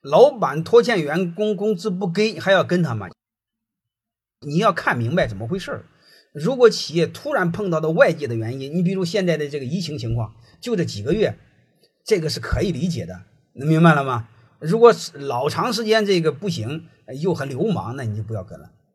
老板拖欠员工工资不给，还要跟他吗？你要看明白怎么回事。如果企业突然碰到的外界的原因，你比如现在的这个疫情情况，就这几个月，这个是可以理解的，能明白了吗？如果老长时间这个不行，又很流氓，那你就不要跟了。